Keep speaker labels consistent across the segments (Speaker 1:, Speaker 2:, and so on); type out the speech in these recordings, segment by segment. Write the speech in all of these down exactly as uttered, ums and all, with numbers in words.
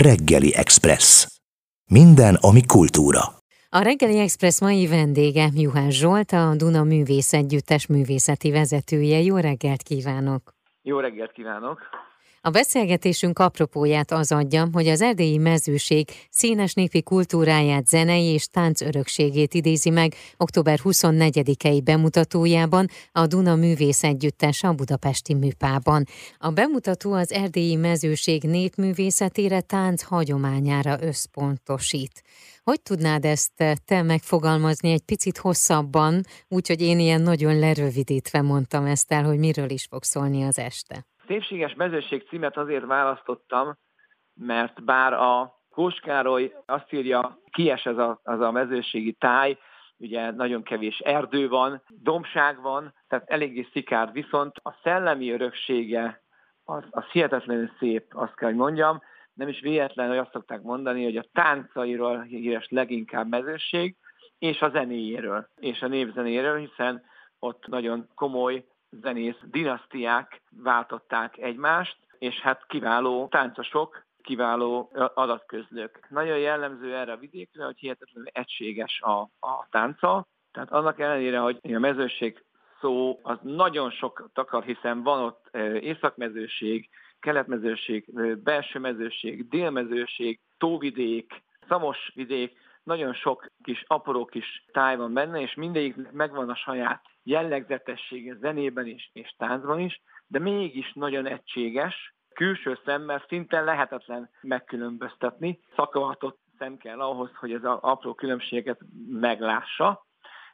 Speaker 1: Reggeli Express. Minden, ami kultúra.
Speaker 2: A Reggeli Express mai vendége Juhász Zsolt, a Duna Művész Együttes művészeti vezetője. Jó reggelt kívánok!
Speaker 3: Jó reggelt kívánok!
Speaker 2: A beszélgetésünk apropóját az adja, hogy az erdélyi mezőség színes népi kultúráját, zenei és tánc örökségét idézi meg október huszonnegyedikei bemutatójában a Duna Művész Együttes a budapesti Műpában. A bemutató az erdélyi mezőség népművészetére, tánc hagyományára összpontosít. Hogy tudnád ezt te megfogalmazni egy picit hosszabban, úgyhogy én ilyen nagyon lerövidítve mondtam ezt el, hogy miről is fog szólni az este?
Speaker 3: Szépséges mezőség címet azért választottam, mert bár a Kós Károly azt írja, kies az a, az a mezőségi táj, ugye nagyon kevés erdő van, dombság van, tehát eléggé szikárd, viszont a szellemi öröksége az, az hihetetlenül szép, azt kell, hogy mondjam. Nem is véletlen, hogy azt szokták mondani, hogy a táncairól híres leginkább mezőség, és a zenéjéről, és a népzenéjéről, hiszen ott nagyon komoly zenész dinasztiák váltották egymást, és hát kiváló táncosok, kiváló adatközlők. Nagyon jellemző erre a vidékre, hogy hihetetlenül egységes a, a tánca, tehát annak ellenére, hogy a mezőség szó az nagyon sok takar, hiszen van ott északmezőség, keletmezőség, belső mezőség, délmezőség, tóvidék, szamos vidék, nagyon sok kis apró kis táj van benne, és mindegyiknek megvan a saját jellegzetessége zenében is, és táncban is, de mégis nagyon egységes, külső szemmel szinte lehetetlen megkülönböztetni. Szakavatott szem kell ahhoz, hogy ez az apró különbséget meglássa,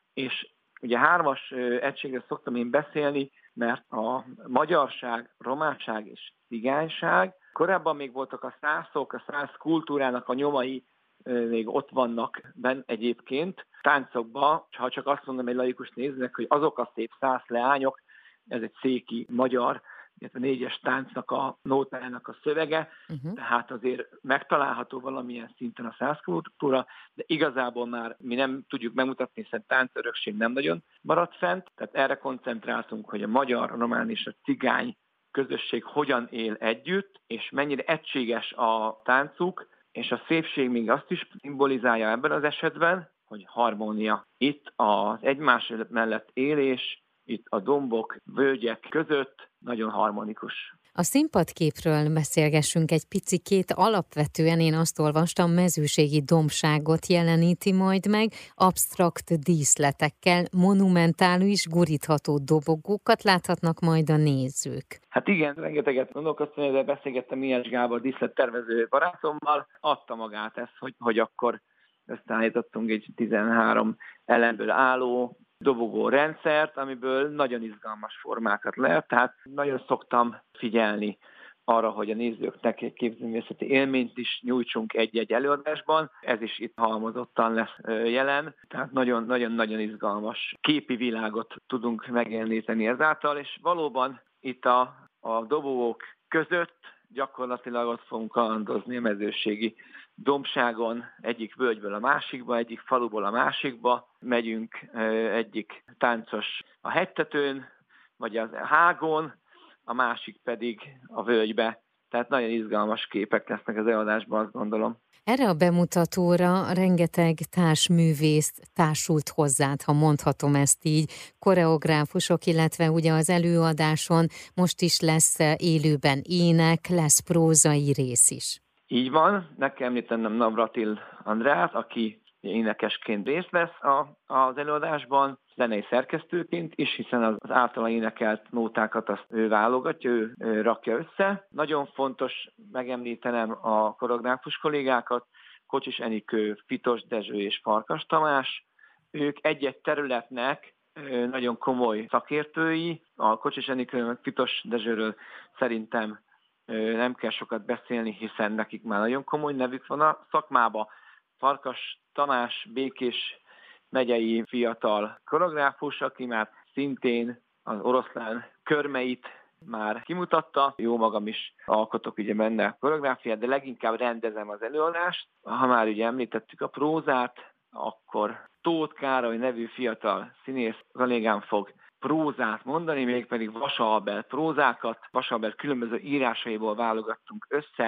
Speaker 3: és ugye hármas egységre szoktam én beszélni, mert a magyarság, románság és cigányság, korábban még voltak a szászok, a szász kultúrának a nyomai, még ott vannak benne egyébként. Táncokban, ha csak azt mondom egy laikus nézőnek, hogy azok a szép szász leányok, ez egy széki magyar, illetve négyes táncnak a nótájának a szövege, uh-huh. Tehát azért megtalálható valamilyen szinten a szász kultúra, de igazából már mi nem tudjuk megmutatni, hiszen táncörökség nem nagyon maradt fent, tehát erre koncentráltunk, hogy a magyar, a román és a cigány közösség hogyan él együtt, és mennyire egységes a táncuk, és a szépség még azt is szimbolizálja ebben az esetben, hogy harmónia. Itt az egymás mellett élés, itt a dombok, völgyek között nagyon harmonikus.
Speaker 2: A színpadképről beszélgessünk egy picikét. Alapvetően én azt olvastam, mezőségi dombságot jeleníti majd meg, absztrakt díszletekkel, monumentális, gurítható dobogókat láthatnak majd a nézők.
Speaker 3: Hát igen, rengeteget gondolkoztam, de beszélgettem Miás Gábor díszlettervező barátommal, adta magát ez, hogy, hogy akkor összeállítottunk egy tizenhárom elemből álló dobogó rendszert, amiből nagyon izgalmas formákat lehet, tehát nagyon szoktam figyelni arra, hogy a nézőknek egy képzőművészeti élményt is nyújtsunk egy-egy előadásban. Ez is itt halmozottan lesz jelen, tehát nagyon-nagyon izgalmas képi világot tudunk megjeleníteni ezáltal, és valóban itt a, a dobogók között gyakorlatilag ott fogunk kalandozni a mezőségi dombságon, egyik völgyből a másikba, egyik faluból a másikba, megyünk egyik táncos a hegytetőn, vagy az hágon, a másik pedig a völgybe. Tehát nagyon izgalmas képek lesznek az előadásban, azt gondolom.
Speaker 2: Erre a bemutatóra rengeteg társművész társult hozzád, ha mondhatom ezt így, koreográfusok, illetve ugye az előadáson most is lesz élőben ének, lesz prózai rész is.
Speaker 3: Így van, meg kell említenem Navratil Andrát, aki énekesként részt vesz a, az előadásban, zenei szerkesztőként is, hiszen az, az általa énekelt nótákat azt ő válogatja, ő, ő rakja össze. Nagyon fontos megemlítenem a koreográfus kollégákat, Kocsis Enikő, Fitos Dezső és Farkas Tamás. Ők egy-egy területnek nagyon komoly szakértői. A Kocsis Enikő, meg Fitos Dezsőről szerintem nem kell sokat beszélni, hiszen nekik már nagyon komoly nevük van a szakmába. Farkas Tamás Békés megyei fiatal koreográfus, aki már szintén az oroszlán körmeit már kimutatta. Jó magam is alkotok ugye benne a koreográfiát, de leginkább rendezem az előadást. Ha már ugye említettük a prózát, akkor Tóth Károly nevű fiatal színész kollégám fog prózát mondani, mégpedig Vasalbert prózákat. Vasalbert különböző írásaiból válogattunk össze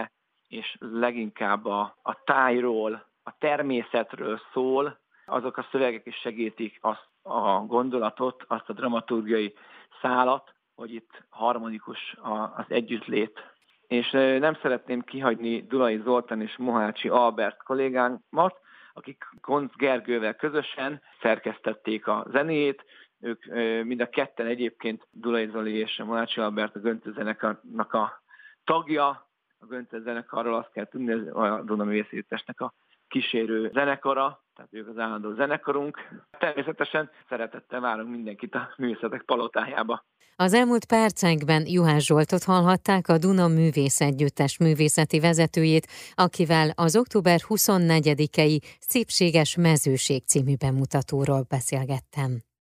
Speaker 3: és leginkább a, a tájról, a természetről szól. Azok a szövegek is segítik azt a gondolatot, azt a dramaturgiai szálat, hogy itt harmonikus az együttlét. És nem szeretném kihagyni Dulai Zoltán és Mohácsi Albert kollégánkat, akik Koncz Gergővel közösen szerkesztették a zenéjét. Ők mind a ketten egyébként, Dulai Zoli és Mohácsi Albert a Göncös zenekarnak a tagja. A Göncös zenekarról azt kell tudni, hogy a Duna Művészi Együttesnek a kísérő zenekara, tehát ők az állandó zenekarunk. Természetesen szeretettel várunk mindenkit a Művészetek Palotájába.
Speaker 2: Az elmúlt percekben Juhász Zsoltot hallhatták, a Duna Művész Együttes művészeti vezetőjét, akivel az október huszonnegyedikei Szépséges Mezőség című bemutatóról beszélgettem.